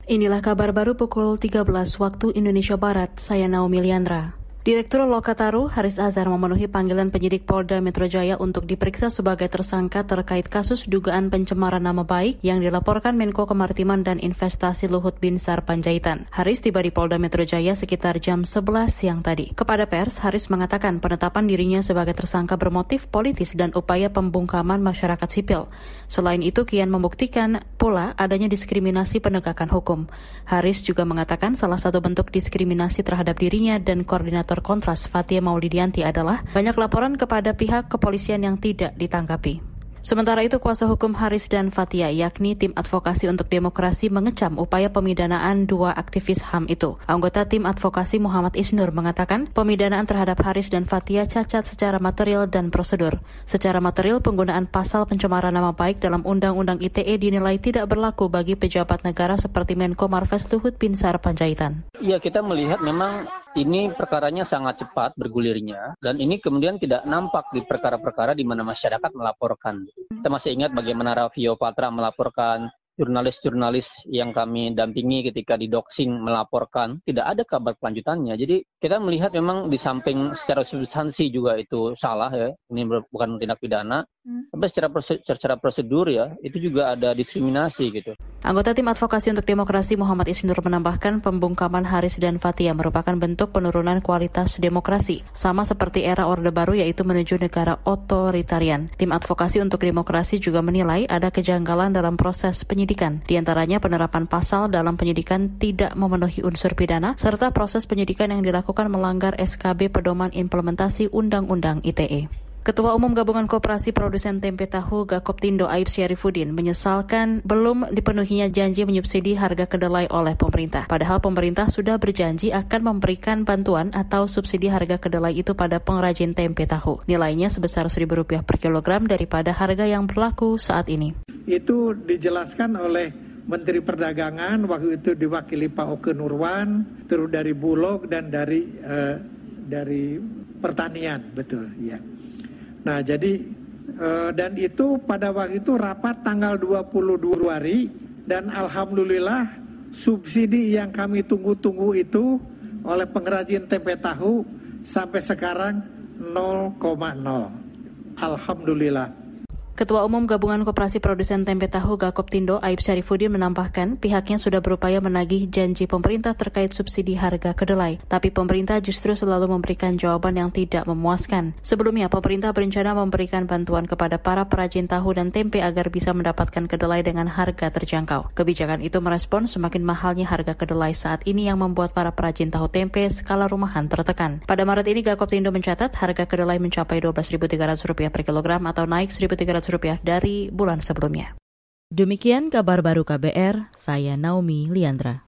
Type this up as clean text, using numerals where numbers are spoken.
Inilah kabar baru pukul 13 waktu Indonesia Barat, saya Naomi Liandra. Direktur Lokataru, Haris Azhar memenuhi panggilan penyidik Polda Metro Jaya untuk diperiksa sebagai tersangka terkait kasus dugaan pencemaran nama baik yang dilaporkan Menko Kemaritiman dan Investasi Luhut Binsar Panjaitan. Haris tiba di Polda Metro Jaya sekitar jam 11 siang tadi. Kepada pers, Haris mengatakan penetapan dirinya sebagai tersangka bermotif politis dan upaya pembungkaman masyarakat sipil. Selain itu, kian membuktikan pula adanya diskriminasi penegakan hukum. Haris juga mengatakan salah satu bentuk diskriminasi terhadap dirinya dan koordinator Kontras Fathia Maulidianti adalah banyak laporan kepada pihak kepolisian yang tidak ditanggapi. Sementara itu, kuasa hukum Haris dan Fathia, yakni Tim Advokasi untuk Demokrasi, mengecam upaya pemidanaan dua aktivis HAM itu. Anggota Tim Advokasi Muhammad Isnur mengatakan pemidanaan terhadap Haris dan Fathia cacat secara material dan prosedur. Secara material, penggunaan pasal pencemaran nama baik dalam Undang-Undang ITE dinilai tidak berlaku bagi pejabat negara seperti Menko Marves Luhut Binsar Panjaitan. Ya, kita melihat memang ini perkaranya sangat cepat bergulirnya, dan ini kemudian tidak nampak di perkara-perkara di mana masyarakat melaporkan. Kita masih ingat bagaimana Raffio Patra melaporkan, jurnalis-jurnalis yang kami dampingi ketika didoxing melaporkan, tidak ada kabar kelanjutannya. Jadi kita melihat memang di samping secara substansi juga itu salah ya, ini bukan tindak pidana, tapi secara prosedur ya, itu juga ada diskriminasi gitu. Anggota Tim Advokasi untuk Demokrasi Muhammad Isnur menambahkan pembungkaman Haris dan Fathia merupakan bentuk penurunan kualitas demokrasi, sama seperti era Orde Baru yaitu menuju negara otoritarian. Tim Advokasi untuk Demokrasi juga menilai ada kejanggalan dalam proses penyidikan, di antaranya penerapan pasal dalam penyidikan tidak memenuhi unsur pidana, serta proses penyidikan yang dilakukan melanggar SKB Pedoman Implementasi Undang-Undang ITE. Ketua Umum Gabungan Koperasi Produsen Tempe Tahu Gakoptindo Aib Syarifudin menyesalkan belum dipenuhinya janji menyubsidi harga kedelai oleh pemerintah. Padahal pemerintah sudah berjanji akan memberikan bantuan atau subsidi harga kedelai itu pada pengrajin tempe tahu. Nilainya sebesar Rp1.000 per kilogram daripada harga yang berlaku saat ini. Itu dijelaskan oleh Menteri Perdagangan, waktu itu diwakili Pak Oke Nurwan, terus dari Bulog dan dari Pertanian, betul ya. Nah, jadi dan itu pada waktu itu rapat tanggal 22 Februari dan alhamdulillah subsidi yang kami tunggu-tunggu itu oleh pengrajin tempe tahu sampai sekarang 0,0. Alhamdulillah. Ketua Umum Gabungan Koperasi Produsen Tempe Tahu Gakoptindo Aib Syarifudin menambahkan pihaknya sudah berupaya menagih janji pemerintah terkait subsidi harga kedelai. Tapi pemerintah justru selalu memberikan jawaban yang tidak memuaskan. Sebelumnya, pemerintah berencana memberikan bantuan kepada para perajin tahu dan tempe agar bisa mendapatkan kedelai dengan harga terjangkau. Kebijakan itu merespon semakin mahalnya harga kedelai saat ini yang membuat para perajin tahu tempe skala rumahan tertekan. Pada Maret ini, Gakoptindo mencatat harga kedelai mencapai Rp12.300 per kilogram atau naik Rp1.300 dari bulan sebelumnya. Demikian kabar baru KBR, saya Naomi Liandra.